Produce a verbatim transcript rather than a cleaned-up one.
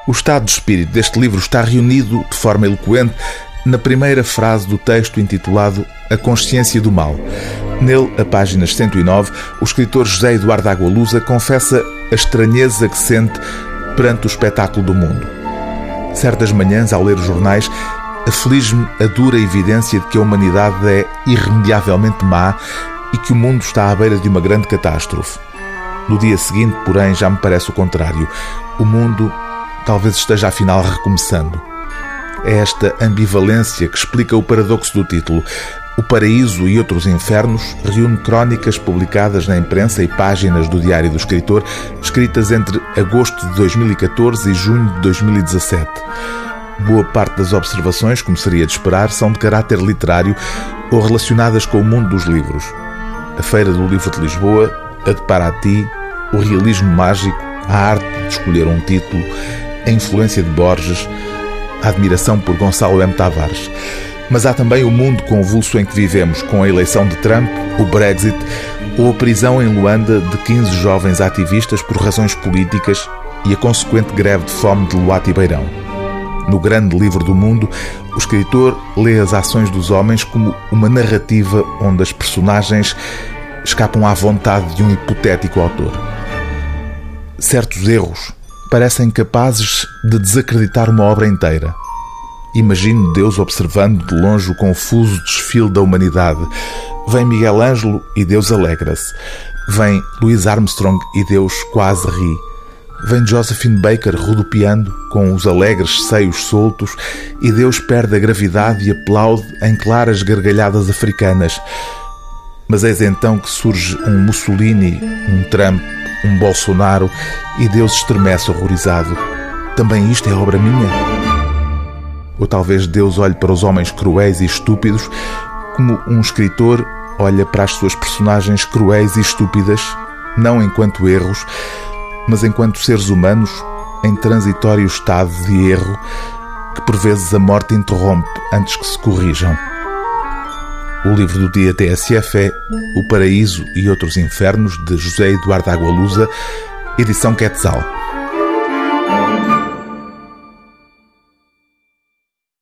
O estado de espírito deste livro está reunido de forma eloquente na primeira frase do texto intitulado A Consciência do Mal. Nele, a páginas cento e nove, o escritor José Eduardo Agualusa confessa a estranheza que sente perante o espetáculo do mundo. Certas manhãs, ao ler os jornais, aflige-me a dura evidência de que a humanidade é irremediavelmente má e que o mundo está à beira de uma grande catástrofe. No dia seguinte, porém, já me parece o contrário. O mundo talvez esteja afinal recomeçando. É esta ambivalência que explica o paradoxo do título. O Paraíso e Outros Infernos reúne crónicas publicadas na imprensa e páginas do Diário do Escritor, escritas entre agosto de dois mil e catorze e junho de dois mil e dezassete. Boa parte das observações, como seria de esperar, são de caráter literário ou relacionadas com o mundo dos livros. A Feira do Livro de Lisboa, a de Paraty, o realismo mágico, a arte de escolher um título, a influência de Borges, a admiração por Gonçalo M. Tavares. Mas há também o mundo convulso em que vivemos, com a eleição de Trump, o Brexit ou a prisão em Luanda de quinze jovens ativistas por razões políticas e a consequente greve de fome de Luati Beirão. No grande livro do mundo, o escritor lê as ações dos homens como uma narrativa onde as personagens escapam à vontade de um hipotético autor. Certos erros parecem capazes de desacreditar uma obra inteira. Imagino Deus observando de longe o confuso desfile da humanidade. Vem Miguel Ângelo e Deus alegra-se. Vem Louis Armstrong e Deus quase ri. Vem Josephine Baker rodopiando com os alegres seios soltos e Deus perde a gravidade e aplaude em claras gargalhadas africanas. Mas eis então que surge um Mussolini, um Trump, um Bolsonaro e Deus estremece horrorizado. Também isto é obra minha? Ou talvez Deus olhe para os homens cruéis e estúpidos como um escritor olha para as suas personagens cruéis e estúpidas, não enquanto erros, mas enquanto seres humanos em transitório estado de erro que por vezes a morte interrompe antes que se corrijam. O livro do dia T S F é O Paraíso e Outros Infernos, de José Eduardo Agualusa, edição Quetzal.